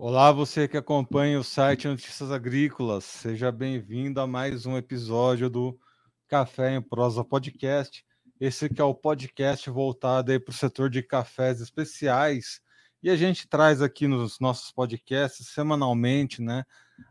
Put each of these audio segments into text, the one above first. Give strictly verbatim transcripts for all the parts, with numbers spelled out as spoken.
Olá, você que acompanha o site Notícias Agrícolas, seja bem-vindo a mais um episódio do Café em Prosa Podcast. Esse que é o podcast voltado aí para o setor de cafés especiais. E a gente traz aqui nos nossos podcasts semanalmente, né,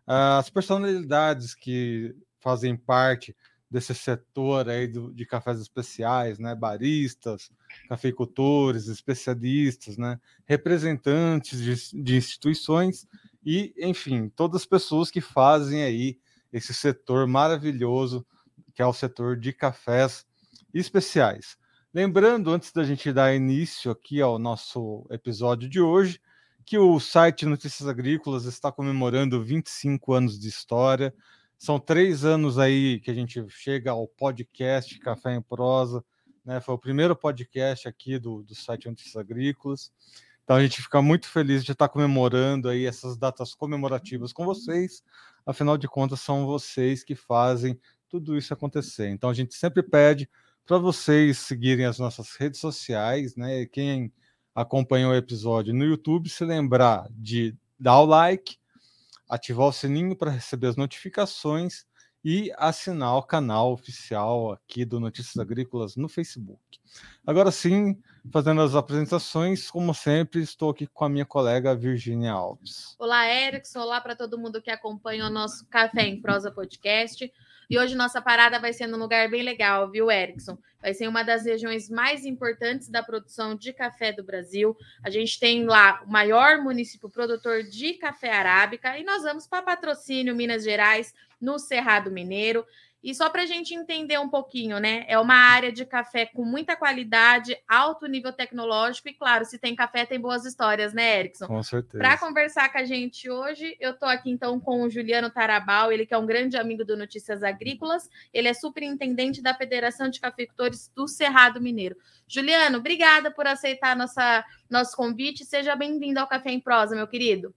as personalidades que fazem parte desse setor aí do, de cafés especiais, né, baristas, cafeicultores, especialistas, né, representantes de, de instituições e, enfim, todas as pessoas que fazem aí esse setor maravilhoso que é o setor de cafés especiais. Lembrando, antes da gente dar início aqui ao nosso episódio de hoje, que o site Notícias Agrícolas está comemorando vinte e cinco anos de história. São três anos aí que a gente chega ao podcast Café em Prosa, né? Foi o primeiro podcast aqui do, do site Notícias Agrícolas. Então a gente fica muito feliz de estar comemorando aí essas datas comemorativas com vocês. Afinal de contas, são vocês que fazem tudo isso acontecer. Então a gente sempre pede para vocês seguirem as nossas redes sociais, né? Quem acompanhou o episódio no YouTube, se lembrar de dar o like, ativar o sininho para receber as notificações e assinar o canal oficial aqui do Notícias Agrícolas no Facebook. Agora sim, fazendo as apresentações, como sempre, estou aqui com a minha colega Virgínia Alves. Olá, Erickson. Olá para todo mundo que acompanha o nosso Café em Prosa Podcast. E hoje nossa parada vai ser num lugar bem legal, viu, Erickson? Vai ser uma das regiões mais importantes da produção de café do Brasil. A gente tem lá o maior município produtor de café arábica e nós vamos para Patrocínio, Minas Gerais, no Cerrado Mineiro. E só para a gente entender um pouquinho, né? É uma área de café com muita qualidade, alto nível tecnológico e, claro, se tem café, tem boas histórias, né, Erickson? Com certeza. Para conversar com a gente hoje, eu estou aqui, então, com o Juliano Tarabal, ele que é um grande amigo do Notícias Agrícolas, ele é superintendente da Federação de Cafeicultores do Cerrado Mineiro. Juliano, obrigada por aceitar nossa, nosso convite. Seja bem-vindo ao Café em Prosa, meu querido.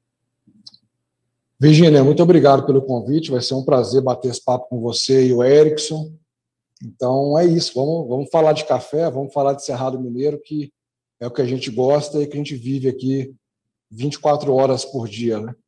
Virgínia, muito obrigado pelo convite, vai ser um prazer bater esse papo com você e o Erickson. Então é isso, vamos, vamos falar de café, vamos falar de Cerrado Mineiro, que é o que a gente gosta e que a gente vive aqui vinte e quatro horas por dia, né?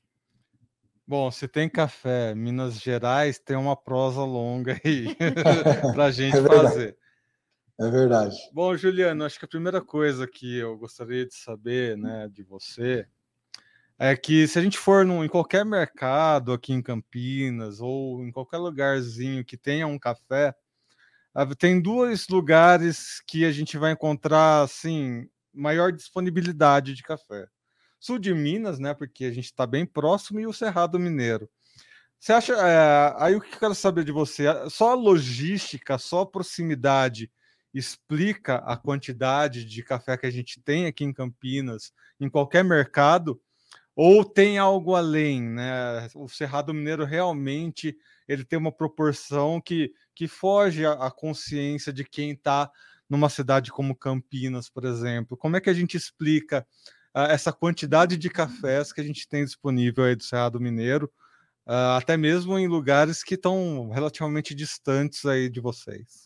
Bom, se tem café, Minas Gerais tem uma prosa longa aí para a gente é fazer. É verdade. Bom, Juliano, acho que a primeira coisa que eu gostaria de saber, né, de você é que se a gente for num, em qualquer mercado aqui em Campinas ou em qualquer lugarzinho que tenha um café, tem dois lugares que a gente vai encontrar assim maior disponibilidade de café. Sul de Minas, né, porque a gente está bem próximo, e o Cerrado Mineiro. Você acha, é, aí o que eu quero saber de você, só a logística, só a proximidade explica a quantidade de café que a gente tem aqui em Campinas, em qualquer mercado? Ou tem algo além, né? O Cerrado Mineiro realmente ele tem uma proporção que, que foge à, à consciência de quem está numa cidade como Campinas, por exemplo. Como é que a gente explica uh, essa quantidade de cafés que a gente tem disponível aí do Cerrado Mineiro, uh, até mesmo em lugares que estão relativamente distantes aí de vocês?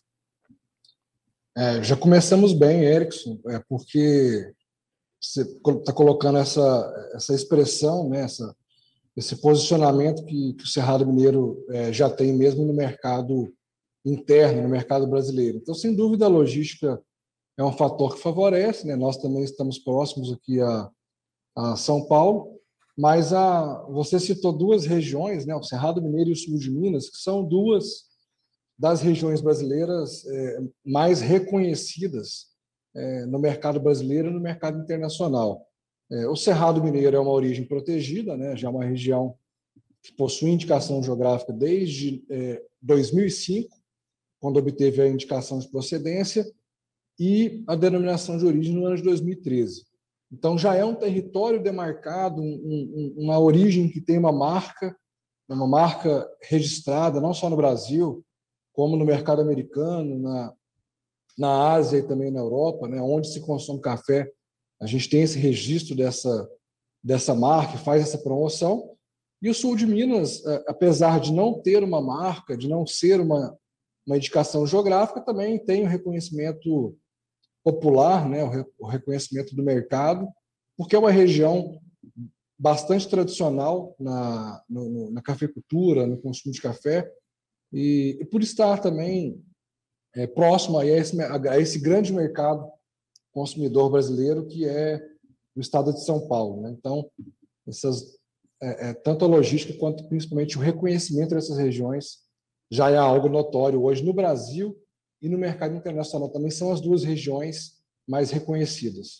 É, já começamos bem, Erickson, é porque você está colocando essa, essa expressão, né, essa, esse posicionamento que, que o Cerrado Mineiro é, já tem mesmo no mercado interno, no mercado brasileiro. Então, sem dúvida, a logística é um fator que favorece, né? Nós também estamos próximos aqui a, a São Paulo, mas a, você citou duas regiões, né, o Cerrado Mineiro e o Sul de Minas, que são duas das regiões brasileiras é, mais reconhecidas é, no mercado brasileiro e no mercado internacional. É, o Cerrado Mineiro é uma origem protegida, né, já é uma região que possui indicação geográfica desde é, dois mil e cinco, quando obteve a indicação de procedência, e a denominação de origem no ano de dois mil e treze. Então, já é um território demarcado, um, um, uma origem que tem uma marca, uma marca registrada, não só no Brasil, como no mercado americano, na, na Ásia e também na Europa, né, onde se consome café. A gente tem esse registro dessa, dessa marca, faz essa promoção. E o Sul de Minas, apesar de não ter uma marca, de não ser uma, uma indicação geográfica, também tem o reconhecimento popular, né, o reconhecimento do mercado, porque é uma região bastante tradicional na, no, na cafeicultura, no consumo de café, e, e por estar também é, próximo a esse, a esse grande mercado consumidor brasileiro, que é o estado de São Paulo, né? Então, essas, é, é, tanto a logística quanto principalmente o reconhecimento dessas regiões já é algo notório hoje no Brasil e no mercado internacional também, são as duas regiões mais reconhecidas.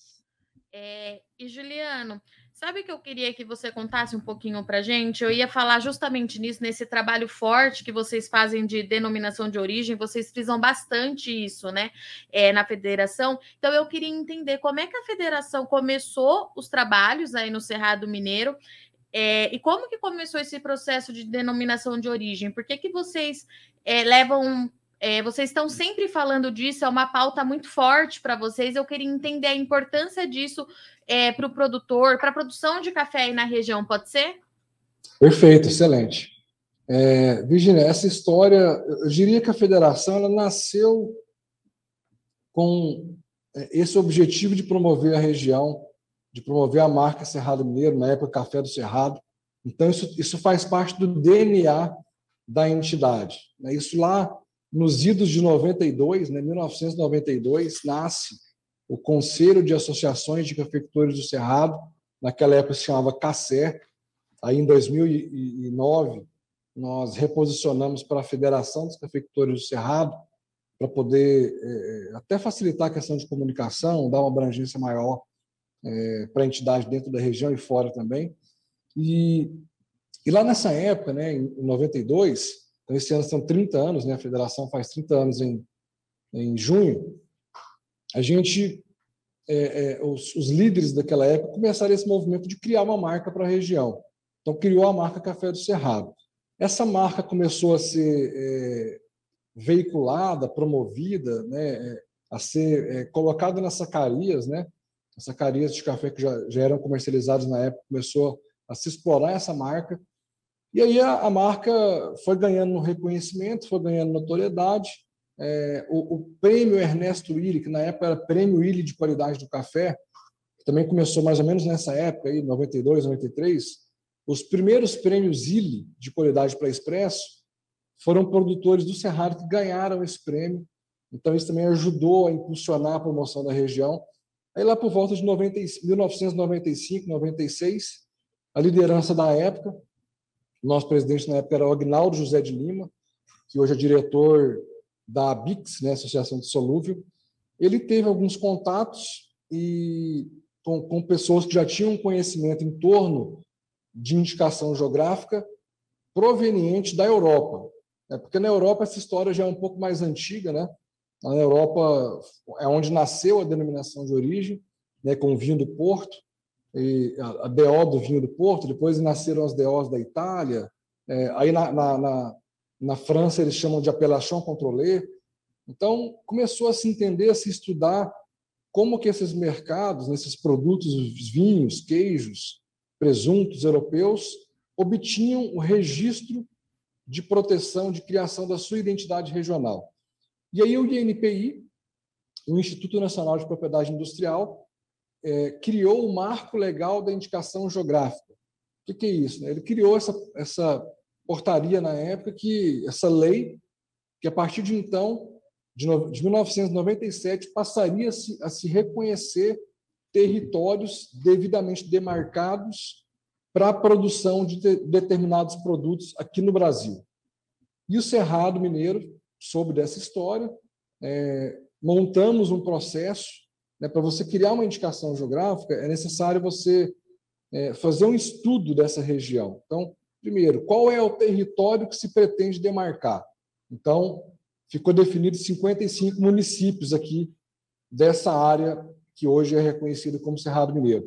É, e Juliano, sabe que eu queria que você contasse um pouquinho para a gente? Eu ia falar justamente nisso, nesse trabalho forte que vocês fazem de denominação de origem, vocês frisam bastante isso, né, é, na federação. Então, eu queria entender como é que a federação começou os trabalhos aí no Cerrado Mineiro, é, e como que começou esse processo de denominação de origem? Por que que vocês é, levam... É, vocês estão sempre falando disso, é uma pauta muito forte para vocês. Eu queria entender a importância disso é, para o produtor, para a produção de café aí na região, pode ser? Perfeito, excelente. É, Virginia, essa história, eu diria que a federação ela nasceu com esse objetivo de promover a região, de promover a marca Cerrado Mineiro, na época Café do Cerrado. Então, isso, isso faz parte do D N A da entidade. Isso lá nos idos de noventa e dois, né, mil novecentos e noventa e dois, nasce o Conselho de Associações de Cafeicultores do Cerrado, naquela época se chamava CACER. Aí, em dois mil e nove, nós reposicionamos para a Federação dos Cafeicultores do Cerrado, para poder é, até facilitar a questão de comunicação, dar uma abrangência maior é, para a entidade dentro da região e fora também. E, e lá nessa época, né, em noventa e dois, então esse ano são trinta anos, né, a federação faz trinta anos em, em junho, a gente, é, é, os, os líderes daquela época começaram esse movimento de criar uma marca para a região. Então, criou a marca Café do Cerrado. Essa marca começou a ser é, veiculada, promovida, né, a ser é, colocada nas sacarias, né, as sacarias de café que já, já eram comercializadas na época, começou a se explorar essa marca, e aí a, a marca foi ganhando reconhecimento, foi ganhando notoriedade. É, o, o prêmio Ernesto Willi, que na época era prêmio Willi de qualidade do café, que também começou mais ou menos nessa época, aí, noventa e dois, noventa e três, os primeiros prêmios Willi de qualidade para expresso foram produtores do Cerrado que ganharam esse prêmio. Então, isso também ajudou a impulsionar a promoção da região. Aí, lá por volta de noventa, mil novecentos e noventa e cinco, noventa e seis, a liderança da época, o nosso presidente na época era o Agnaldo José de Lima, que hoje é diretor da A B I C S, né, Associação de Solúvel. Ele teve alguns contatos e com, com pessoas que já tinham conhecimento em torno de indicação geográfica proveniente da Europa. É porque na Europa essa história já é um pouco mais antiga, né? Na Europa é onde nasceu a denominação de origem, né, com o vinho do Porto, e a D O do vinho do Porto, depois nasceram as D Os da Itália, é, aí na, na, na, na França eles chamam de appellation contrôlée. Então começou a se entender, a se estudar como que esses mercados, esses produtos, os vinhos, queijos, presuntos europeus, obtinham o registro de proteção, de criação da sua identidade regional. E aí o I N P I, o Instituto Nacional de Propriedade Industrial, é, criou o marco legal da indicação geográfica. O que, que é isso? Né? Ele criou essa, essa portaria na época, que essa lei, que a partir de então, de, no, de mil novecentos e noventa e sete, passaria a se, a se reconhecer territórios devidamente demarcados para a produção de, de determinados produtos aqui no Brasil. E o Cerrado Mineiro soube dessa história, é, montamos um processo, né, para você criar uma indicação geográfica, é necessário você é, fazer um estudo dessa região. Então, primeiro, qual é o território que se pretende demarcar? Então, ficou definido cinquenta e cinco municípios aqui dessa área que hoje é reconhecida como Cerrado Mineiro.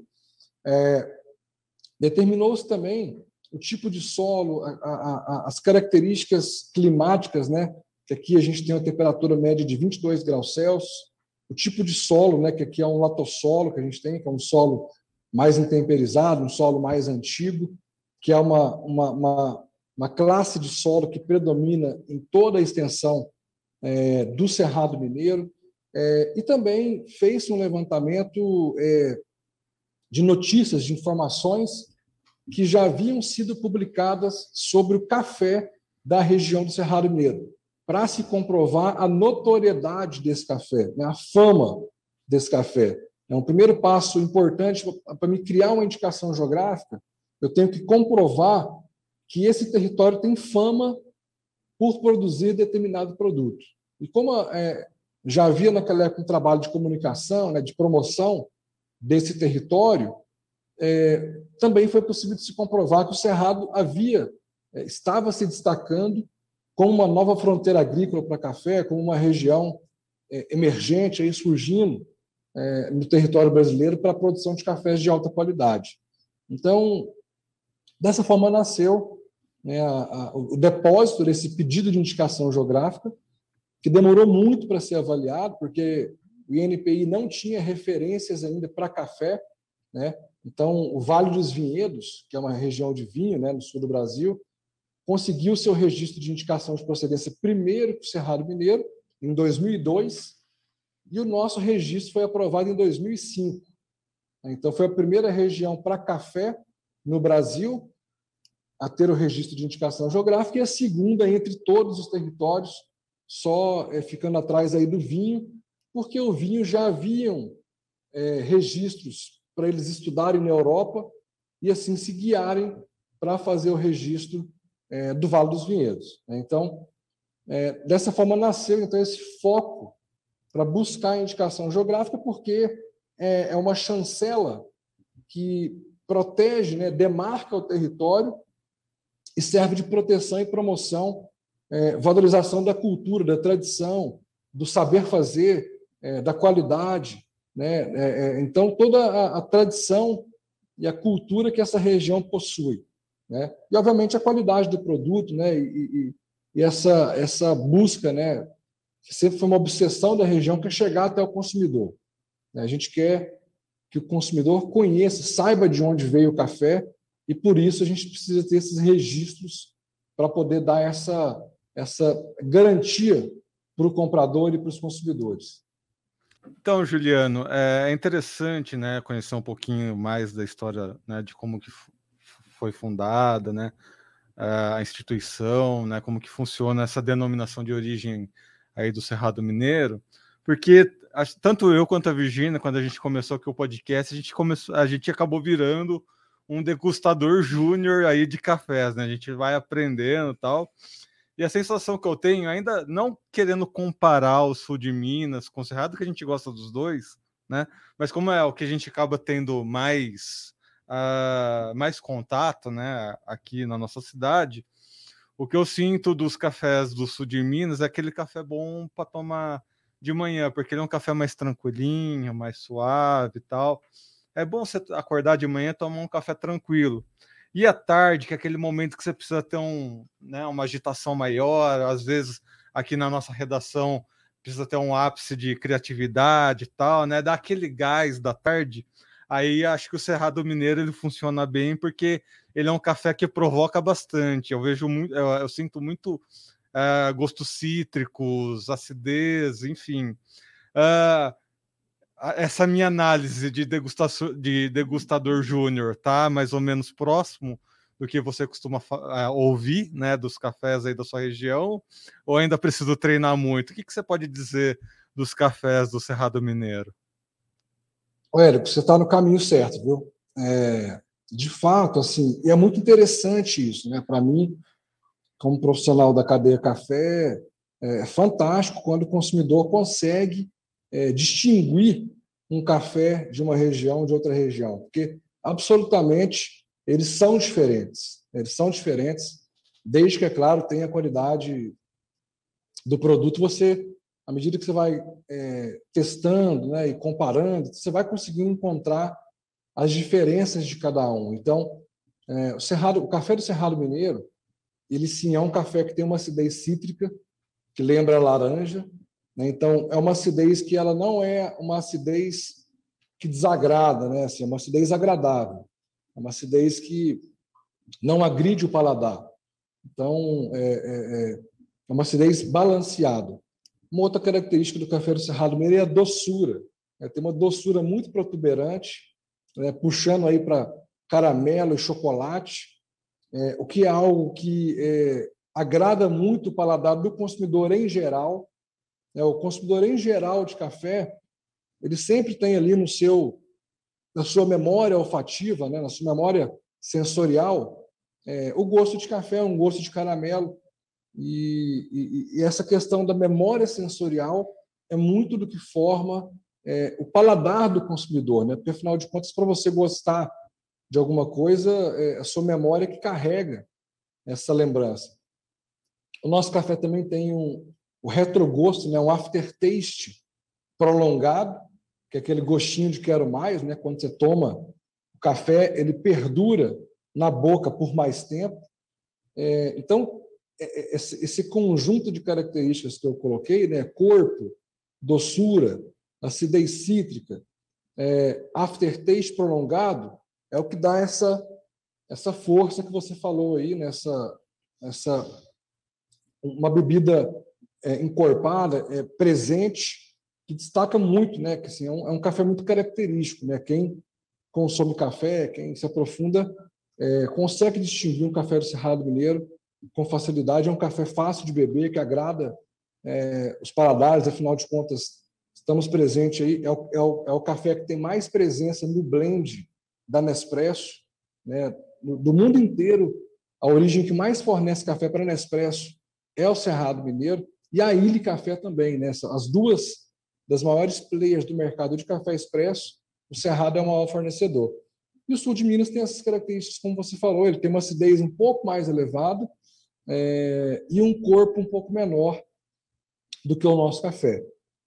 É, determinou-se também o tipo de solo, a, a, a, as características climáticas, né, que aqui a gente tem uma temperatura média de vinte e dois graus Celsius, o tipo de solo, né, que aqui é um latossolo que a gente tem, que é um solo mais intemperizado, um solo mais antigo, que é uma, uma, uma, uma classe de solo que predomina em toda a extensão é, do Cerrado Mineiro, é, e também fez um levantamento é, de notícias, de informações que já haviam sido publicadas sobre o café da região do Cerrado Mineiro, para se comprovar a notoriedade desse café, né, a fama desse café. É um primeiro passo importante para me criar uma indicação geográfica. Eu tenho que comprovar que esse território tem fama por produzir determinado produto. E como é, já havia naquela época um trabalho de comunicação, né, de promoção desse território, é, também foi possível de se comprovar que o Cerrado havia, é, estava se destacando como uma nova fronteira agrícola para café, como uma região é, emergente, aí surgindo é, no território brasileiro para a produção de cafés de alta qualidade. Então, dessa forma nasceu, né, a, a, o depósito desse pedido de indicação geográfica, que demorou muito para ser avaliado, porque o I N P I não tinha referências ainda para café, né? Então, o Vale dos Vinhedos, que é uma região de vinho, né, no sul do Brasil, conseguiu seu registro de indicação de procedência primeiro para o Cerrado Mineiro, em dois mil e dois, e o nosso registro foi aprovado em dois mil e cinco. Então, foi a primeira região para café no Brasil a ter o registro de indicação geográfica e a segunda entre todos os territórios, só é, ficando atrás aí do vinho, porque o vinho já haviam é, registros para eles estudarem na Europa e assim se guiarem para fazer o registro é, do Vale dos Vinhedos. Então, é, dessa forma nasceu então esse foco para buscar a indicação geográfica, porque é, é uma chancela que protege, né, demarca o território e serve de proteção e promoção, é, valorização da cultura, da tradição, do saber fazer, é, da qualidade, né? É, então, toda a, a tradição e a cultura que essa região possui, né? E, obviamente, a qualidade do produto, né? e, e, e essa, essa busca, né? Que sempre foi uma obsessão da região, que é chegar até o consumidor. A gente quer que o consumidor conheça, saiba de onde veio o café, e, por isso, a gente precisa ter esses registros para poder dar essa, essa garantia para o comprador e para os consumidores. Então, Juliano, é interessante, né, conhecer um pouquinho mais da história, né, de como que foi fundada, né, a instituição, né, como que funciona essa denominação de origem aí do Cerrado Mineiro, porque tanto eu quanto a Virgínia, quando a gente começou aqui o podcast, a gente começou, a gente acabou virando um degustador júnior aí de cafés, né? A gente vai aprendendo e tal. E a sensação que eu tenho, ainda não querendo comparar o sul de Minas com o Cerrado, que a gente gosta dos dois, né? Mas como é o que a gente acaba tendo mais, uh, mais contato, né, aqui na nossa cidade, o que eu sinto dos cafés do sul de Minas é aquele café bom para tomar de manhã, porque ele é um café mais tranquilinho, mais suave e tal. É bom você acordar de manhã e tomar um café tranquilo. E à tarde, que é aquele momento que você precisa ter um, né, uma agitação maior, às vezes aqui na nossa redação precisa ter um ápice de criatividade e tal, né? Dá aquele gás da tarde. Aí acho que o Cerrado Mineiro ele funciona bem, porque ele é um café que provoca bastante. Eu vejo muito, eu, eu sinto muito uh, gostos cítricos, acidez, enfim. Uh, essa minha análise de, degustação, de degustador júnior tá mais ou menos próximo do que você costuma uh, ouvir, né, dos cafés aí da sua região, ou ainda preciso treinar muito? O que, que você pode dizer dos cafés do Cerrado Mineiro? Érico, você está no caminho certo, viu? É, de fato, assim, e é muito interessante isso, né? Para mim, como profissional da cadeia café, é fantástico quando o consumidor consegue é, distinguir um café de uma região de outra região, porque absolutamente eles são diferentes. Eles são diferentes, desde que, é claro, tenha a qualidade do produto. Você, à medida que você vai é, testando, né, e comparando, você vai conseguindo encontrar as diferenças de cada um. Então, é, o, Cerrado, o café do Cerrado Mineiro, ele sim é um café que tem uma acidez cítrica, que lembra a laranja, né? Então, é uma acidez que ela não é uma acidez que desagrada, né? Assim, é uma acidez agradável, é uma acidez que não agride o paladar. Então, é, é, é uma acidez balanceada. Uma outra característica do café do Cerrado Mineiro é a doçura. É, tem uma doçura muito protuberante, né, puxando aí para caramelo e chocolate, é, o que é algo que é, agrada muito o paladar do consumidor em geral. É, o consumidor em geral de café, ele sempre tem ali no seu, na sua memória olfativa, né, na sua memória sensorial, é, o gosto de café, um gosto de caramelo. E, e, e essa questão da memória sensorial é muito do que forma é, o paladar do consumidor, né? Porque, afinal de contas, para você gostar de alguma coisa, é a sua memória que carrega essa lembrança. O nosso café também tem um, o retrogosto, né? Um aftertaste prolongado, que é aquele gostinho de quero mais, né? Quando você toma o café, ele perdura na boca por mais tempo. É, então, esse conjunto de características que eu coloquei, né, corpo, doçura, acidez cítrica, é, aftertaste prolongado, é o que dá essa, essa força que você falou aí, nessa, essa, uma bebida é, encorpada, é, presente, que destaca muito, né, que assim, é, um, é um café muito característico, né, quem consome café, quem se aprofunda, é, consegue distinguir um café do Cerrado Mineiro com facilidade. É um café fácil de beber, que agrada é, os paladares, afinal de contas, estamos presentes aí, é o, é, o, é o café que tem mais presença no blend da Nespresso, né? Do mundo inteiro, a origem que mais fornece café para Nespresso é o Cerrado Mineiro, e a Ilha Café também, né? As duas das maiores players do mercado de café expresso, o Cerrado é o maior fornecedor. E o sul de Minas tem essas características, como você falou, ele tem uma acidez um pouco mais elevada, É, e um corpo um pouco menor do que o nosso café.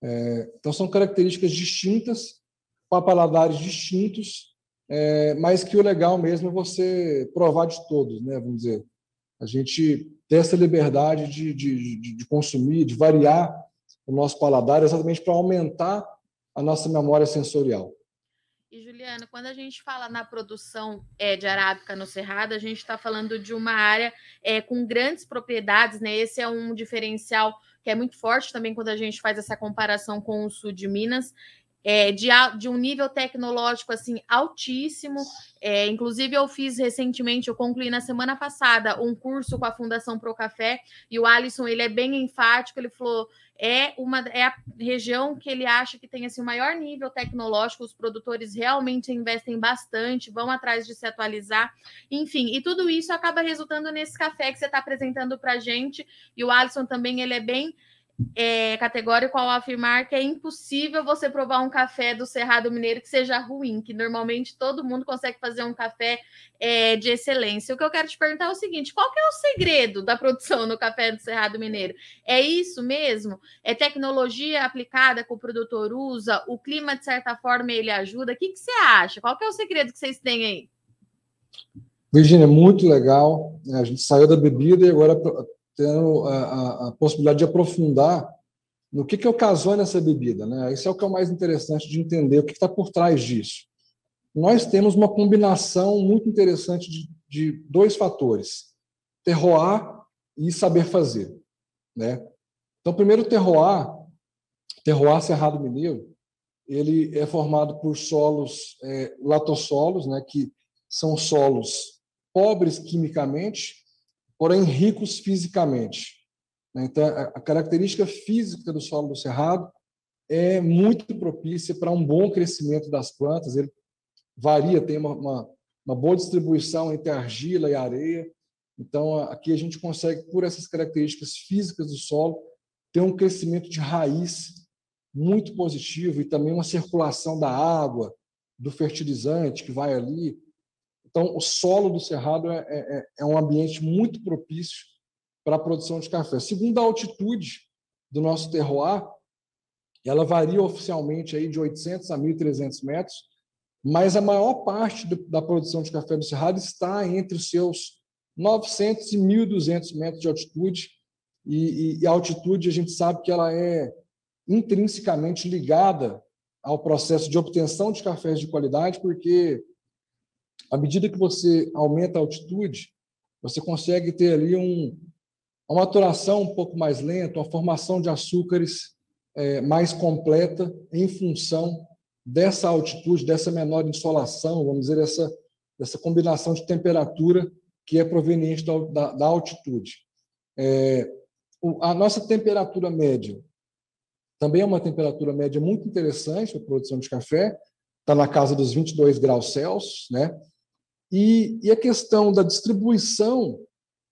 É, então, são características distintas, para paladares distintos, é, mas que o legal mesmo é você provar de todos, né? Vamos dizer, a gente ter essa liberdade de, de, de, de consumir, de variar o nosso paladar, exatamente para aumentar a nossa memória sensorial. E, Juliana, quando a gente fala na produção é, de arábica no Cerrado, a gente está falando de uma área é, com grandes propriedades, né? Esse é um diferencial que é muito forte também quando a gente faz essa comparação com o sul de Minas, é, de, de um nível tecnológico assim altíssimo. É, inclusive, eu fiz recentemente, eu concluí na semana passada um curso com a Fundação Pro Café, e o Alisson, ele é bem enfático, ele falou... É, uma, é a região que ele acha que tem assim, o maior nível tecnológico, os produtores realmente investem bastante, vão atrás de se atualizar, enfim, e tudo isso acaba resultando nesse café que você está apresentando para a gente, e o Alisson também, ele é bem é, categórico ao afirmar que é impossível você provar um café do Cerrado Mineiro que seja ruim, que normalmente todo mundo consegue fazer um café é, de excelência. O que eu quero te perguntar é o seguinte, qual que é o segredo da produção no café do Cerrado Mineiro? É isso mesmo? É tecnologia aplicada que o produtor usa? O clima, de certa forma, ele ajuda? O que, que você acha? Qual que é o segredo que vocês têm aí? Virgínia, muito legal. A gente saiu da bebida e agora tendo a, a, a possibilidade de aprofundar no que, que ocasiona essa bebida, né? Isso é o que é o mais interessante de entender, o que está por trás disso. Nós temos uma combinação muito interessante de, de dois fatores, terroir e saber fazer, né? Então, primeiro, o terroir, terroir Cerrado Mineiro, ele é formado por solos é, latossolos, né, que são solos pobres quimicamente, porém ricos fisicamente. Então, a característica física do solo do Cerrado é muito propícia para um bom crescimento das plantas. Ele varia, tem uma, uma, uma boa distribuição entre argila e areia. Então, aqui a gente consegue, por essas características físicas do solo, ter um crescimento de raiz muito positivo e também uma circulação da água, do fertilizante que vai ali. Então, o solo do Cerrado é, é, é um ambiente muito propício para a produção de café. Segundo a altitude do nosso terroir, ela varia oficialmente aí de oitocentos a mil e trezentos metros, mas a maior parte do, da produção de café do Cerrado está entre os seus novecentos e mil e duzentos metros de altitude, e, e, e a altitude a gente sabe que ela é intrinsecamente ligada ao processo de obtenção de cafés de qualidade, porque à medida que você aumenta a altitude, você consegue ter ali um, uma maturação um pouco mais lenta, uma formação de açúcares é, mais completa em função dessa altitude, dessa menor insolação, vamos dizer, essa, essa combinação de temperatura que é proveniente da, da, da altitude. É, a nossa temperatura média também é uma temperatura média muito interessante para a produção de café, está na casa dos vinte e dois graus Celsius, né? E, e a questão da distribuição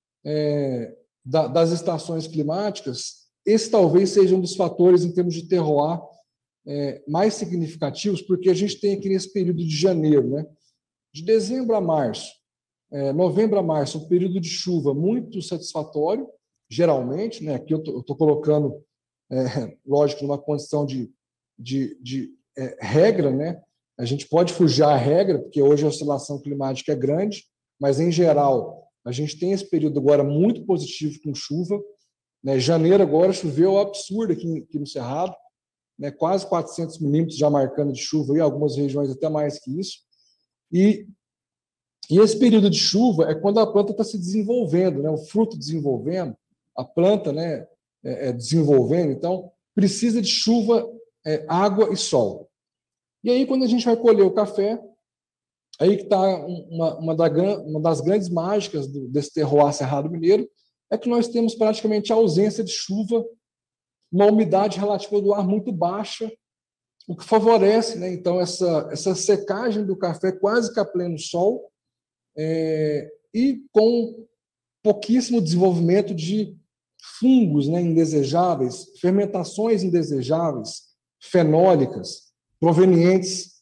é, da, das estações climáticas, esse talvez seja um dos fatores em termos de terroir é, mais significativos, porque a gente tem aqui nesse período de janeiro, né? De dezembro a março, é, novembro a março, um período de chuva muito satisfatório, geralmente, né? Aqui eu estou colocando, é, lógico, numa condição de, de, de é, regra, né? A gente pode fugir à regra, porque hoje a oscilação climática é grande, mas, em geral, a gente tem esse período agora muito positivo com chuva, né? Janeiro agora choveu absurdo aqui, aqui no Cerrado, né? Quase quatrocentos milímetros já marcando de chuva, em algumas regiões até mais que isso. E, e esse período de chuva é quando a planta está se desenvolvendo, né? O fruto desenvolvendo, a planta, né, é, é desenvolvendo, então precisa de chuva, é, água e sol. E aí, quando a gente vai colher o café, aí que está uma, uma, da, uma das grandes mágicas do, desse terroir Cerrado Mineiro, é que nós temos praticamente a ausência de chuva, uma umidade relativa do ar muito baixa, o que favorece, né, então, essa, essa secagem do café quase que a pleno sol, é, e com pouquíssimo desenvolvimento de fungos, né, indesejáveis, fermentações indesejáveis, fenólicas, provenientes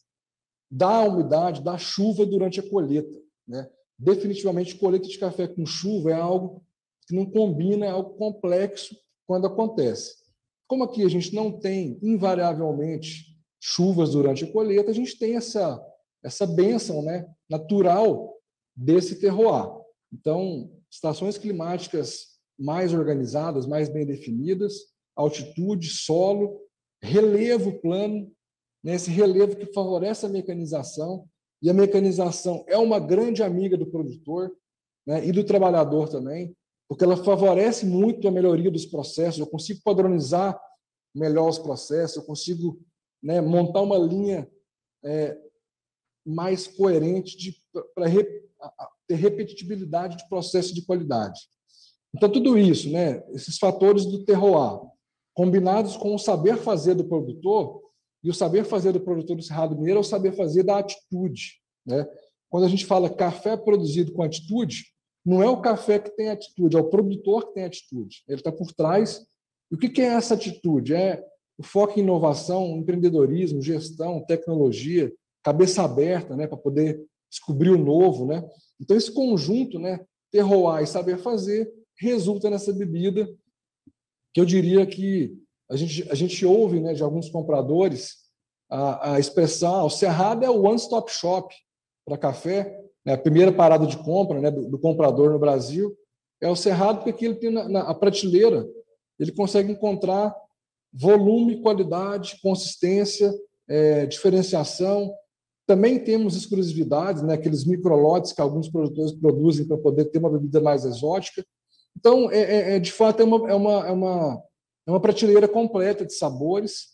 da umidade, da chuva durante a colheita, né? Definitivamente, colheita de café com chuva é algo que não combina, é algo complexo quando acontece. Como aqui a gente não tem, invariavelmente, chuvas durante a colheita, a gente tem essa, essa bênção, né, natural desse terroir. Então, estações climáticas mais organizadas, mais bem definidas, altitude, solo, relevo plano, nesse relevo que favorece a mecanização, e a mecanização é uma grande amiga do produtor, né, e do trabalhador também, porque ela favorece muito a melhoria dos processos, eu consigo padronizar melhor os processos, eu consigo, né, montar uma linha é, mais coerente para re, ter repetitibilidade de processo de qualidade. Então, tudo isso, né, esses fatores do terroir, combinados com o saber fazer do produtor, e o saber fazer do produtor do Cerrado Mineiro é o saber fazer da atitude, né? Quando a gente fala café produzido com atitude, não é o café que tem atitude, é o produtor que tem atitude. Ele está por trás. E o que é essa atitude? É o foco em inovação, empreendedorismo, gestão, tecnologia, cabeça aberta, né, para poder descobrir o novo, né? Então, esse conjunto, né, terroir e saber fazer, resulta nessa bebida que eu diria que a gente, a gente ouve, né, de alguns compradores a, a expressão, ah, o Cerrado é o one-stop shop para café, né, a primeira parada de compra, né, do, do comprador no Brasil, é o Cerrado, porque aqui ele tem na, na a prateleira, ele consegue encontrar volume, qualidade, consistência, é, diferenciação. Também temos exclusividades, né, aqueles microlotes que alguns produtores produzem para poder ter uma bebida mais exótica. Então, é, é, é, de fato, é uma, é, uma, é, uma, é uma prateleira completa de sabores,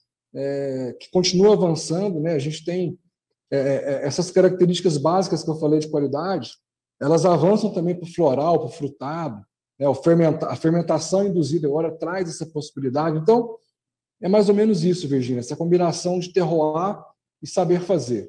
é, que continua avançando, né? A gente tem é, é, essas características básicas que eu falei de qualidade, elas avançam também para o floral, para o frutado, né? O fermenta, a fermentação induzida agora traz essa possibilidade. Então, é mais ou menos isso, Virgínia, essa combinação de terroir e saber fazer.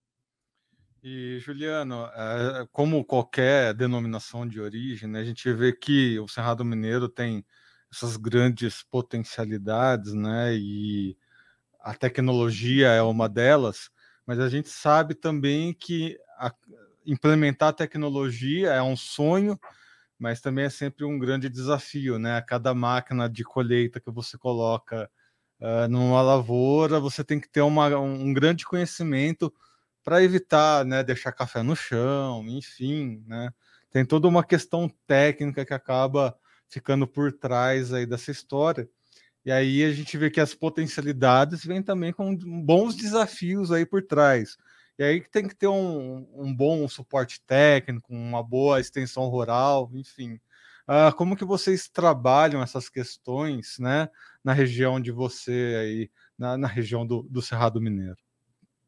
E, Juliano, como qualquer denominação de origem, né, a gente vê que o Cerrado Mineiro tem essas grandes potencialidades, né, e a tecnologia é uma delas, mas a gente sabe também que a, implementar a tecnologia é um sonho, mas também é sempre um grande desafio, né? A cada máquina de colheita que você coloca uh, numa lavoura, você tem que ter uma, um grande conhecimento para evitar, né, deixar café no chão, enfim, né? Tem toda uma questão técnica que acaba ficando por trás aí dessa história. E aí a gente vê que as potencialidades vêm também com bons desafios aí por trás. E aí tem que ter um, um bom suporte técnico, uma boa extensão rural, enfim. Uh, como que vocês trabalham essas questões, né, na região de você aí, na, na região do, do Cerrado Mineiro?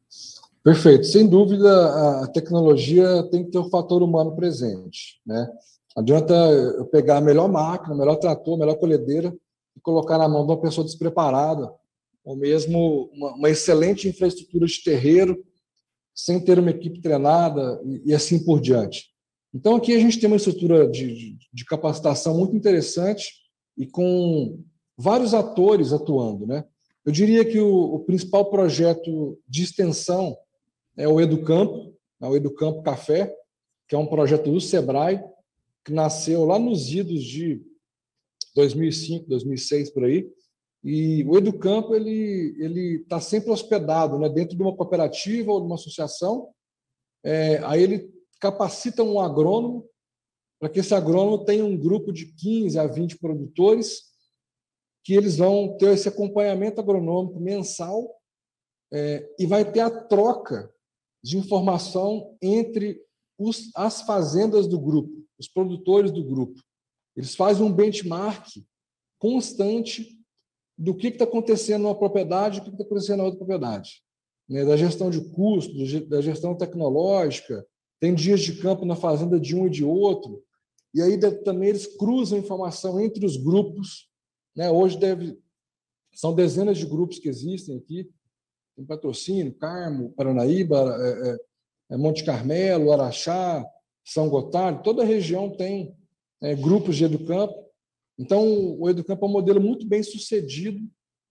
Perfeito. Sem dúvida, a tecnologia tem que ter o fator humano presente, né? Não adianta eu pegar a melhor máquina, o melhor trator, a melhor colhedeira e colocar na mão de uma pessoa despreparada, ou mesmo uma, uma excelente infraestrutura de terreiro, sem ter uma equipe treinada e, e assim por diante. Então, aqui a gente tem uma estrutura de, de, de capacitação muito interessante e com vários atores atuando, né? Eu diria que o, o principal projeto de extensão é o Educampo, é o Educampo Café, que é um projeto do Sebrae, que nasceu lá nos idos de dois mil e cinco, dois mil e seis, por aí. E o Educampo ele ele está sempre hospedado, né, dentro de uma cooperativa ou de uma associação. É, aí ele capacita um agrônomo para que esse agrônomo tenha um grupo de quinze a vinte produtores que eles vão ter esse acompanhamento agronômico mensal, é, e vai ter a troca de informação entre os, as fazendas do grupo, os produtores do grupo. Eles fazem um benchmark constante do que está acontecendo numa propriedade, do que está acontecendo na outra propriedade, né? Da gestão de custos, da gestão tecnológica, tem dias de campo na fazenda de um e de outro, e aí também eles cruzam informação entre os grupos, né? Hoje deve, são dezenas de grupos que existem aqui, tem Patrocínio, Carmo, Paranaíba, é, é, Monte Carmelo, Araxá, São Gotardo, toda a região tem é, grupos de Educampo. Então, o Educampo é um modelo muito bem sucedido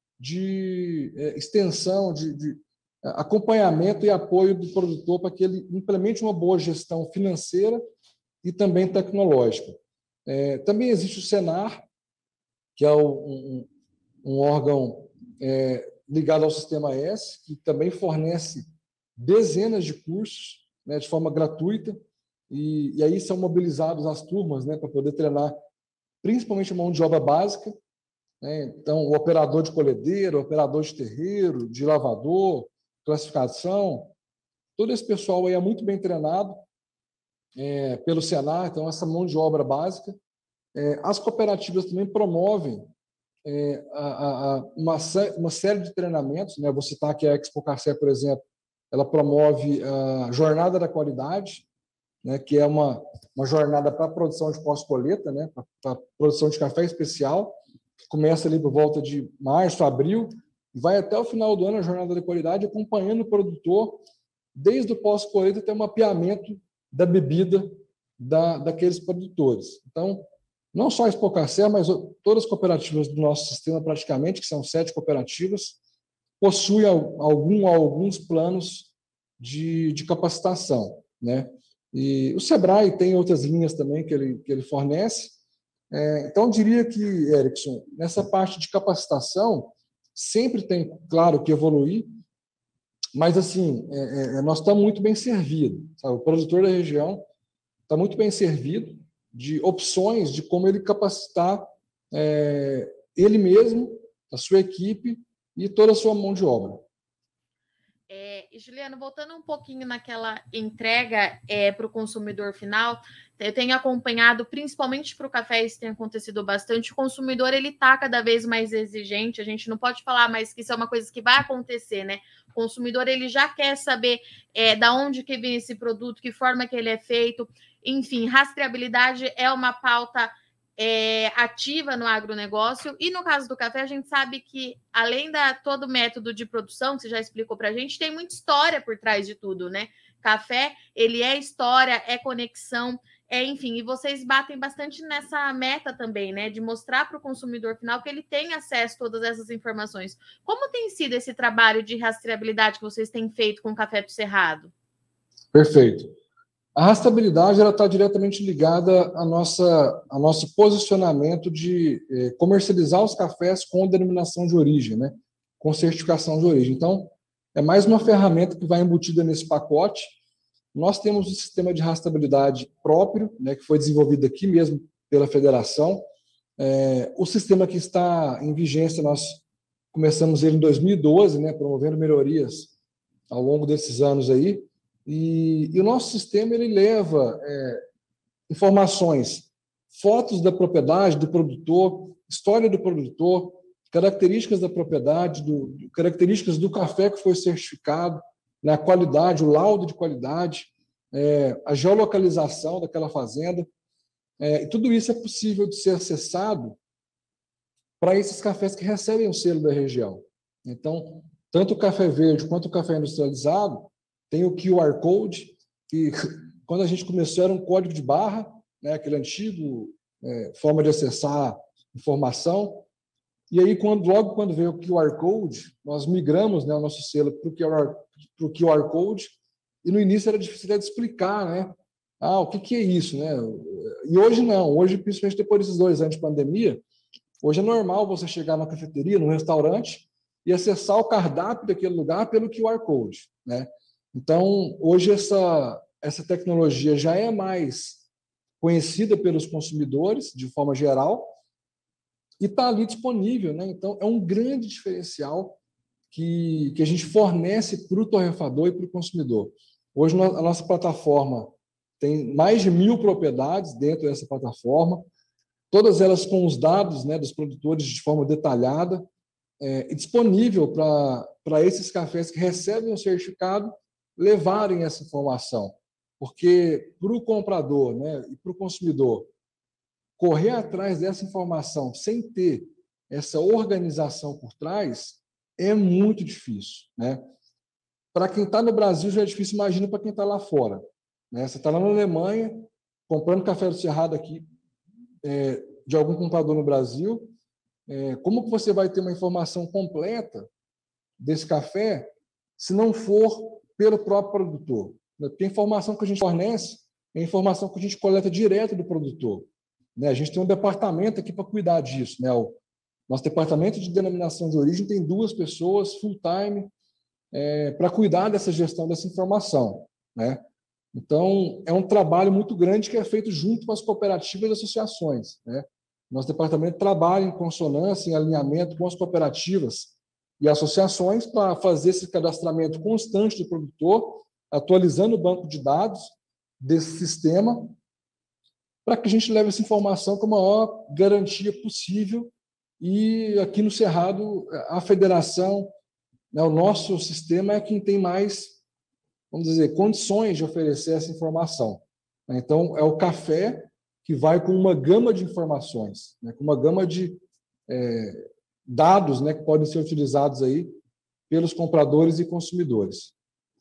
de é, extensão, de, de acompanhamento e apoio do produtor para que ele implemente uma boa gestão financeira e também tecnológica. É, também existe o Senar, que é um, um órgão é, ligado ao Sistema S, que também fornece dezenas de cursos, né, de forma gratuita, e, e aí são mobilizados as turmas, né, para poder treinar principalmente a mão de obra básica, né? Então, o operador de colhedeira, o operador de terreiro, de lavador, classificação, todo esse pessoal aí é muito bem treinado é, pelo Senar, então essa mão de obra básica. É, as cooperativas também promovem é, a, a, uma, uma série de treinamentos, né? Vou citar aqui a Expo Café, por exemplo, ela promove a Jornada da Qualidade, né? Que é uma, uma jornada para a produção de pós-colheita, né? Para a produção de café especial, que começa ali por volta de março, abril, e vai até o final do ano a Jornada da Qualidade, acompanhando o produtor desde o pós-colheita até o mapeamento da bebida da, daqueles produtores. Então, não só a Expo Café, mas todas as cooperativas do nosso sistema, praticamente, que são sete cooperativas, possuem algum, alguns planos de, de capacitação, né? E o Sebrae tem outras linhas também que ele, que ele fornece. É, então, eu diria que, Erickson, nessa parte de capacitação, sempre tem, claro, que evoluir, mas, assim, é, é, nós estamos muito bem servidos, sabe? O produtor da região está muito bem servido de opções de como ele capacitar é, ele mesmo, a sua equipe e toda a sua mão de obra. É, Juliano, voltando um pouquinho naquela entrega é, para o consumidor final, eu tenho acompanhado, principalmente para o café, isso tem acontecido bastante, o consumidor ele está cada vez mais exigente, a gente não pode falar mais que isso é uma coisa que vai acontecer, né? O consumidor ele já quer saber é, da onde que vem esse produto, que forma que ele é feito, enfim, rastreabilidade é uma pauta É, ativa no agronegócio, e no caso do café, a gente sabe que, além da todo método de produção, que você já explicou para a gente, tem muita história por trás de tudo, né? Café, ele é história, é conexão, é, enfim, e vocês batem bastante nessa meta também, né? De mostrar para o consumidor final que ele tem acesso a todas essas informações. Como tem sido esse trabalho de rastreabilidade que vocês têm feito com o Café do Cerrado? Perfeito. A rastreabilidade está diretamente ligada ao nossa, ao nosso posicionamento de eh, comercializar os cafés com denominação de origem, né? Com certificação de origem. Então, é mais uma ferramenta que vai embutida nesse pacote. Nós temos um sistema de rastreabilidade próprio, né, que foi desenvolvido aqui mesmo pela federação. É, o sistema que está em vigência, nós começamos ele em dois mil e doze, né, promovendo melhorias ao longo desses anos aí. E, e o nosso sistema ele leva é, informações, fotos da propriedade, do produtor, história do produtor, características da propriedade, do, características do café que foi certificado, na qualidade, o laudo de qualidade, é, a geolocalização daquela fazenda. É, e tudo isso é possível de ser acessado para esses cafés que recebem o selo da região. Então, tanto o café verde quanto o café industrializado tem o Q R Code, que quando a gente começou era um código de barra, né, aquele antigo é, forma de acessar informação. E aí, quando, logo quando veio o Q R Code, nós migramos, né, o nosso selo para o Q R, pro Q R Code, e no início era difícil de explicar, né? Ah, o que, que é isso, né? E hoje não, hoje, principalmente depois desses dois anos de pandemia, hoje é normal você chegar na cafeteria, no restaurante, e acessar o cardápio daquele lugar pelo Q R Code, né? Então, hoje essa, essa tecnologia já é mais conhecida pelos consumidores, de forma geral, e está ali disponível, né? Então, é um grande diferencial que, que a gente fornece para o torrefador e para o consumidor. Hoje, a nossa plataforma tem mais de mil propriedades dentro dessa plataforma, todas elas com os dados, né, dos produtores de forma detalhada, é, e disponível para esses cafés que recebem o certificado levarem essa informação. Porque para o comprador, né, e para o consumidor, correr atrás dessa informação sem ter essa organização por trás é muito difícil, né? Para quem está no Brasil já é difícil, imagina para quem está lá fora, né? Você está lá na Alemanha, comprando café do Cerrado aqui, é, de algum comprador no Brasil, é, como que você vai ter uma informação completa desse café se não for pelo próprio produtor? Porque a informação que a gente fornece é a informação que a gente coleta direto do produtor. A gente tem um departamento aqui para cuidar disso, né? O nosso departamento de denominação de origem tem duas pessoas full-time é, para cuidar dessa gestão dessa informação, né? Então, é um trabalho muito grande que é feito junto com as cooperativas e associações, né? Nosso departamento trabalha em consonância, em alinhamento com as cooperativas e associações para fazer esse cadastramento constante do produtor, atualizando o banco de dados desse sistema, para que a gente leve essa informação com a maior garantia possível. E aqui no Cerrado, a federação, né, o nosso sistema é quem tem mais, vamos dizer, condições de oferecer essa informação. Então, é o café que vai com uma gama de informações, né, com uma gama de é, dados, né, que podem ser utilizados aí pelos compradores e consumidores.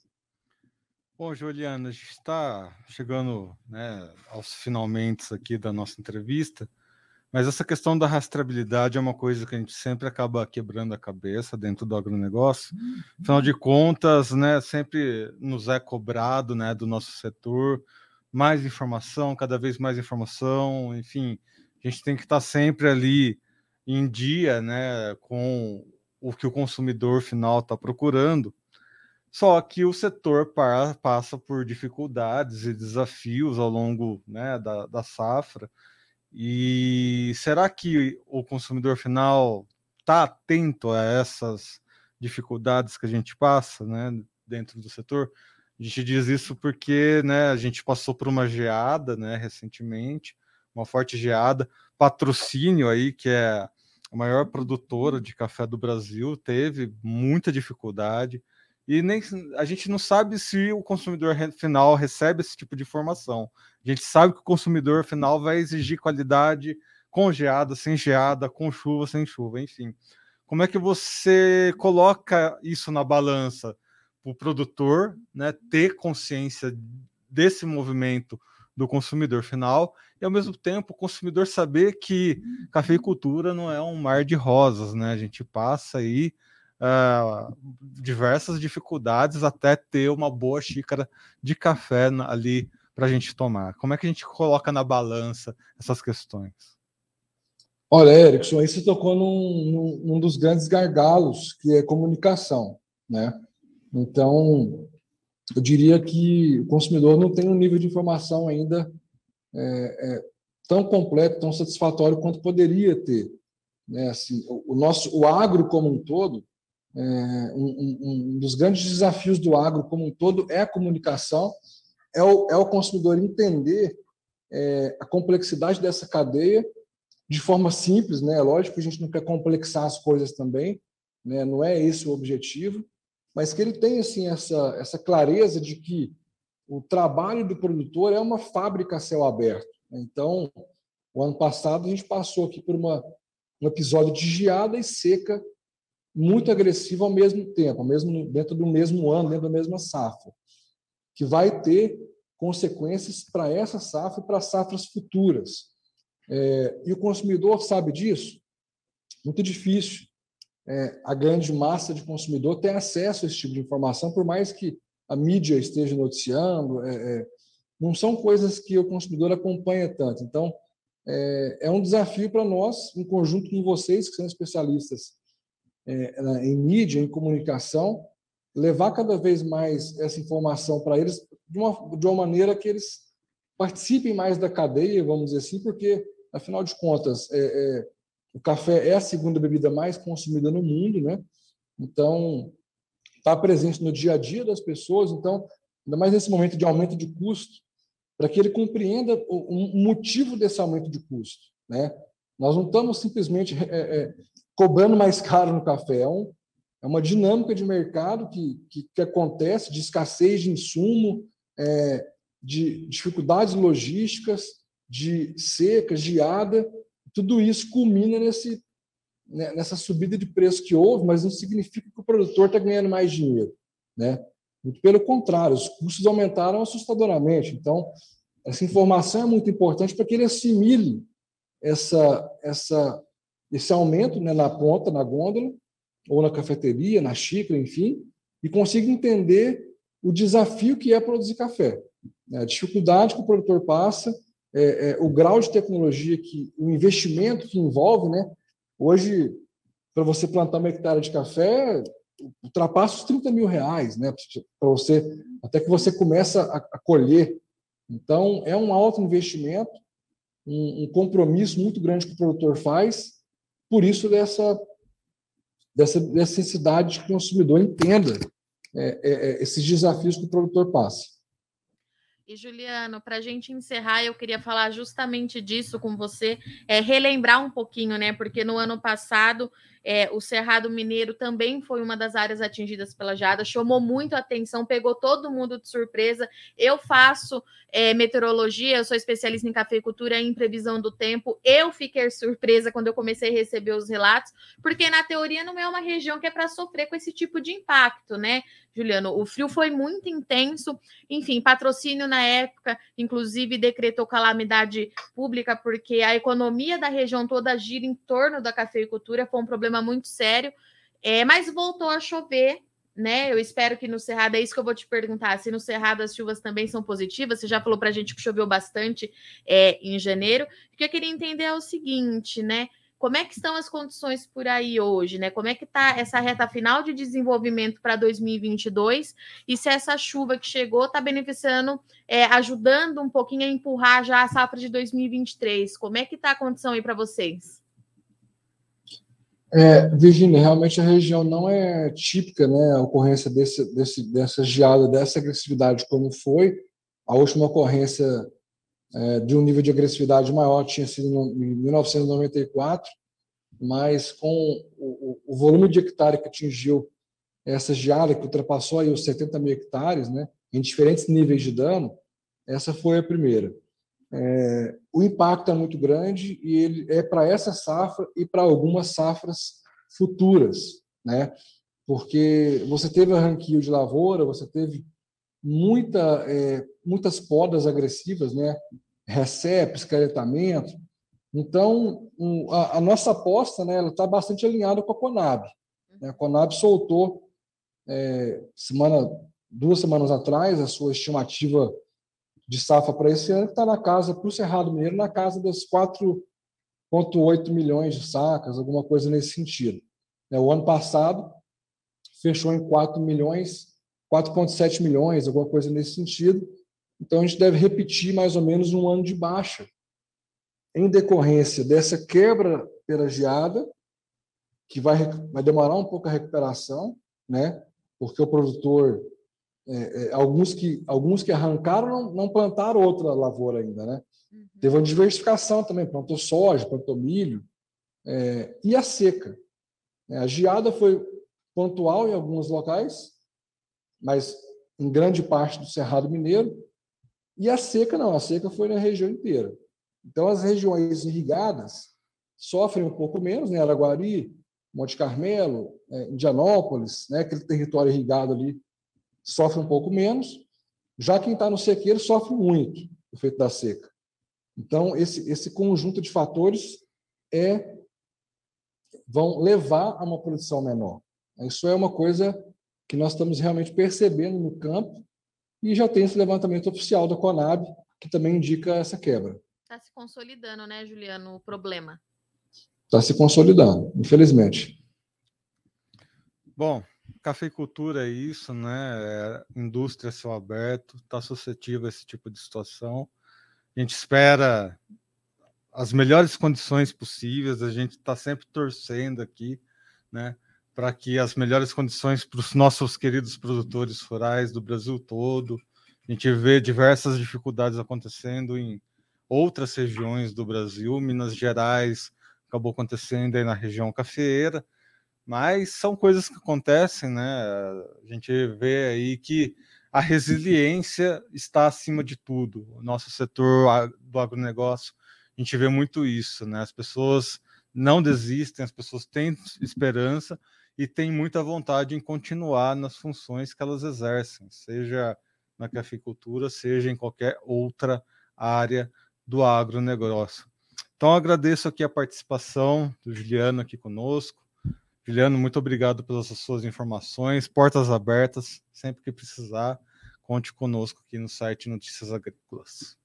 Bom, Juliana, a gente está chegando, né, aos finalmente aqui da nossa entrevista, mas essa questão da rastreabilidade é uma coisa que a gente sempre acaba quebrando a cabeça dentro do agronegócio. Afinal de contas, né, sempre nos é cobrado, né, do nosso setor mais informação, cada vez mais informação, enfim, a gente tem que estar sempre ali em dia, né, com o que o consumidor final está procurando. Só que o setor para, passa por dificuldades e desafios ao longo, né, da, da safra. E será que o consumidor final está atento a essas dificuldades que a gente passa, né, dentro do setor? A gente diz isso porque, né, a gente passou por uma geada, né, recentemente, uma forte geada. Patrocínio aí, que é a maior produtora de café do Brasil, teve muita dificuldade. E nem, a gente não sabe se o consumidor final recebe esse tipo de informação. A gente sabe que o consumidor final vai exigir qualidade com geada, sem geada, com chuva, sem chuva, enfim. Como é que você coloca isso na balança para o produtor, né, ter consciência desse movimento do consumidor final e, ao mesmo tempo, o consumidor saber que cafeicultura não é um mar de rosas, né? A gente passa aí Uh, diversas dificuldades até ter uma boa xícara de café na, ali para a gente tomar. Como é que a gente coloca na balança essas questões? Olha, Erickson, aí você tocou num, num, num dos grandes gargalos, que é comunicação, né? Então, eu diria que o consumidor não tem um nível de informação ainda é, é, tão completo, tão satisfatório quanto poderia ter, né? Assim, o, o nosso, o agro como um todo, É, um, um dos grandes desafios do agro como um todo é a comunicação, é o, é o consumidor entender é, a complexidade dessa cadeia de forma simples, né? Lógico que a gente não quer complexar as coisas também, né? Não é esse o objetivo, mas que ele tem assim, essa, essa clareza de que o trabalho do produtor é uma fábrica a céu aberto. Então, o ano passado, a gente passou aqui por uma, um episódio de geada e seca muito agressiva ao mesmo tempo, ao mesmo, dentro do mesmo ano, dentro da mesma safra, que vai ter consequências para essa safra e para safras futuras. É, e o consumidor sabe disso? Muito difícil. É, a grande massa de consumidor ter acesso a esse tipo de informação, por mais que a mídia esteja noticiando, é, é, não são coisas que o consumidor acompanha tanto. Então, é, é um desafio para nós, em conjunto com vocês, que são especialistas é, em mídia, em comunicação, levar cada vez mais essa informação para eles de uma, de uma maneira que eles participem mais da cadeia, vamos dizer assim, porque, afinal de contas, é, é, o café é a segunda bebida mais consumida no mundo, né? Então, está presente no dia a dia das pessoas. Então, ainda mais nesse momento de aumento de custo, para que ele compreenda o, o motivo desse aumento de custo, né? Nós não estamos simplesmente é, é, cobrando mais caro no café, é, um, é uma dinâmica de mercado que, que, que acontece, de escassez de insumo, é, de dificuldades logísticas, de secas, geada. Tudo isso culmina nesse, nessa subida de preço que houve, mas não significa que o produtor está ganhando mais dinheiro, né? Muito pelo contrário, os custos aumentaram assustadoramente. Então, essa informação é muito importante para que ele assimile essa, essa, esse aumento, né, na ponta, na gôndola, ou na cafeteria, na xícara, enfim, e consiga entender o desafio que é produzir café, né? A dificuldade que o produtor passa, é, é, o grau de tecnologia, que o investimento que envolve, né? Hoje, para você plantar uma hectare de café, ultrapassa os trinta mil reais, né? Para você, até que você começa a, a colher. Então, é um alto investimento, um, um compromisso muito grande que o produtor faz, por isso dessa, dessa necessidade de que o consumidor entenda é, é, esses desafios que o produtor passa. E, Juliano, para a gente encerrar, eu queria falar justamente disso com você, é, relembrar um pouquinho, né? Porque no ano passado, é, o Cerrado Mineiro também foi uma das áreas atingidas pela geada, chamou muito a atenção, pegou todo mundo de surpresa. Eu faço é, meteorologia, eu sou especialista em cafeicultura e em previsão do tempo. Eu fiquei surpresa quando eu comecei a receber os relatos, porque na teoria não é uma região que é para sofrer com esse tipo de impacto, né, Juliano? O frio foi muito intenso, enfim, patrocínio na época, inclusive, decretou calamidade pública, porque a economia da região toda gira em torno da cafeicultura, foi um problema muito sério, é, mas voltou a chover, né? Eu espero que no Cerrado, é isso que eu vou te perguntar, se no Cerrado as chuvas também são positivas. Você já falou para a gente que choveu bastante é, em janeiro. O que eu queria entender é o seguinte, né? Como é que estão as condições por aí hoje, né? Como é que está essa reta final de desenvolvimento para dois mil e vinte e dois? E se essa chuva que chegou está beneficiando, é, ajudando um pouquinho a empurrar já a safra de dois mil e vinte e três? Como é que está a condição aí para vocês? É, Virgínia, realmente a região não é típica, né, a ocorrência desse, desse, dessa geada, dessa agressividade como foi. A última ocorrência é, de um nível de agressividade maior tinha sido em mil novecentos e noventa e quatro, mas com o, o volume de hectare que atingiu essa geada, que ultrapassou aí os setenta mil hectares, né, em diferentes níveis de dano, essa foi a primeira. É, o impacto é muito grande e ele é para essa safra e para algumas safras futuras, né? Porque você teve arranquio de lavoura, você teve muita, é, muitas podas agressivas, né? Recepe, esqueletamento. Então, um, a, a nossa aposta, né, ela está bastante alinhada com a Conab. A Conab soltou é, semana, duas semanas atrás a sua estimativa de safra para esse ano, que está na casa, para o Cerrado Mineiro, na casa das quatro vírgula oito milhões de sacas, alguma coisa nesse sentido. O ano passado fechou em quatro milhões, quatro vírgula sete milhões, alguma coisa nesse sentido. Então, a gente deve repetir mais ou menos um ano de baixa, em decorrência dessa quebra pela geada, que vai, vai demorar um pouco a recuperação, né? Porque o produtor... É, é, alguns, que, alguns que arrancaram não, não plantaram outra lavoura ainda, né? Uhum. Teve uma diversificação também, plantou soja, plantou milho, é, e a seca. É, a geada foi pontual em alguns locais, mas em grande parte do Cerrado Mineiro, e a seca não, a seca foi na região inteira. Então, as regiões irrigadas sofrem um pouco menos, né? Araguari, Monte Carmelo, é, Indianópolis, né? Aquele território irrigado ali sofre um pouco menos, já quem está no sequeiro sofre muito o efeito da seca. Então, esse, esse conjunto de fatores é, vão levar a uma produção menor. Isso é uma coisa que nós estamos realmente percebendo no campo e já tem esse levantamento oficial da Conab, que também indica essa quebra. Está se consolidando, né, Juliano, o problema? Está se consolidando, infelizmente. Bom, cafeicultura é isso, né? É indústria a céu aberto, está suscetível a esse tipo de situação. A gente espera as melhores condições possíveis, a gente está sempre torcendo aqui, né, para que as melhores condições para os nossos queridos produtores rurais do Brasil todo. A gente vê diversas dificuldades acontecendo em outras regiões do Brasil, Minas Gerais acabou acontecendo aí na região cafeeira, mas são coisas que acontecem, né? A gente vê aí que a resiliência está acima de tudo. O nosso setor do agronegócio, a gente vê muito isso, né? As pessoas não desistem, as pessoas têm esperança e têm muita vontade em continuar nas funções que elas exercem, seja na cafeicultura, seja em qualquer outra área do agronegócio. Então, agradeço aqui a participação do Juliano aqui conosco. Juliano, muito obrigado pelas suas informações, portas abertas, sempre que precisar, conte conosco aqui no site Notícias Agrícolas.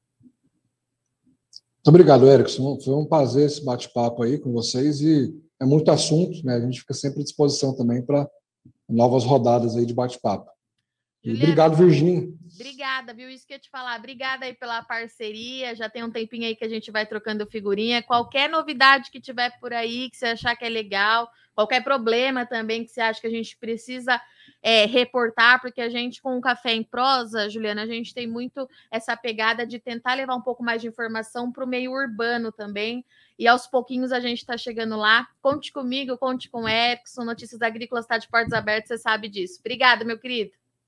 Muito obrigado, Erickson. Foi um prazer esse bate-papo aí com vocês e é muito assunto, né? A gente fica sempre à disposição também para novas rodadas aí de bate-papo. Juliano, obrigado, Virgínia. Obrigada, viu? Isso que eu ia te falar. Obrigada aí pela parceria. Já tem um tempinho aí que a gente vai trocando figurinha. Qualquer novidade que tiver por aí, que você achar que é legal, qualquer problema também que você acha que a gente precisa é, reportar, porque a gente, com o Café em Prosa, Juliana, a gente tem muito essa pegada de tentar levar um pouco mais de informação para o meio urbano também. E aos pouquinhos a gente está chegando lá. Conte comigo, conte com o Erickson. Notícias Agrícolas está de portas abertas, você sabe disso. Obrigada, meu querido.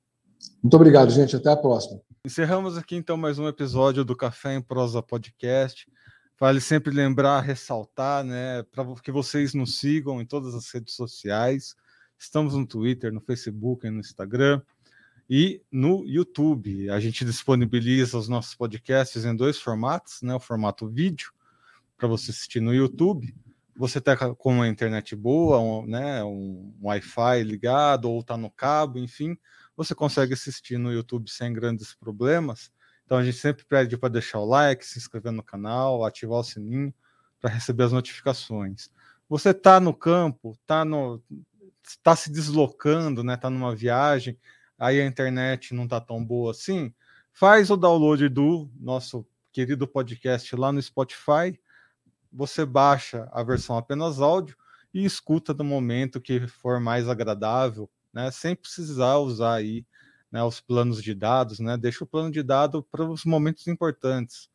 Muito obrigado, gente. Até a próxima. Encerramos aqui, então, mais um episódio do Café em Prosa Podcast. Vale sempre lembrar, ressaltar, né, para que vocês nos sigam em todas as redes sociais. Estamos no Twitter, no Facebook, no Instagram e no YouTube. A gente disponibiliza os nossos podcasts em dois formatos, né, o formato vídeo, para você assistir no YouTube. Você está com uma internet boa, um, né, um Wi-Fi ligado, ou está no cabo, enfim, você consegue assistir no YouTube sem grandes problemas. Então a gente sempre pede para deixar o like, se inscrever no canal, ativar o sininho para receber as notificações. Você está no campo, está no, tá se deslocando, né, está numa viagem, aí a internet não está tão boa assim, faz o download do nosso querido podcast lá no Spotify, você baixa a versão apenas áudio e escuta no momento que for mais agradável, né, sem precisar usar aí, né, os planos de dados, né, deixa o plano de dados para os momentos importantes.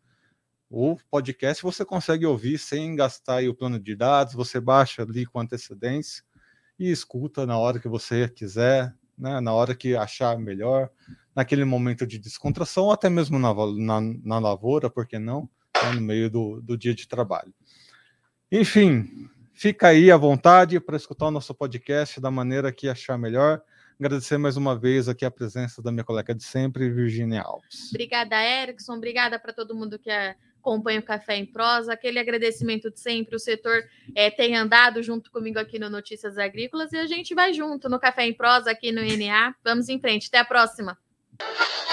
O podcast você consegue ouvir sem gastar aí o plano de dados, você baixa ali com antecedência e escuta na hora que você quiser, né, na hora que achar melhor, naquele momento de descontração, ou até mesmo na, na, na lavoura, por que não, né, no meio do, do dia de trabalho. Enfim, fica aí à vontade para escutar o nosso podcast da maneira que achar melhor. Agradecer mais uma vez aqui a presença da minha colega de sempre, Virgínia Alves. Obrigada, Erickson. Obrigada para todo mundo que acompanha o Café em Prosa. Aquele agradecimento de sempre. O setor é, tem andado junto comigo aqui no Notícias Agrícolas e a gente vai junto no Café em Prosa aqui no I N A. Vamos em frente. Até a próxima.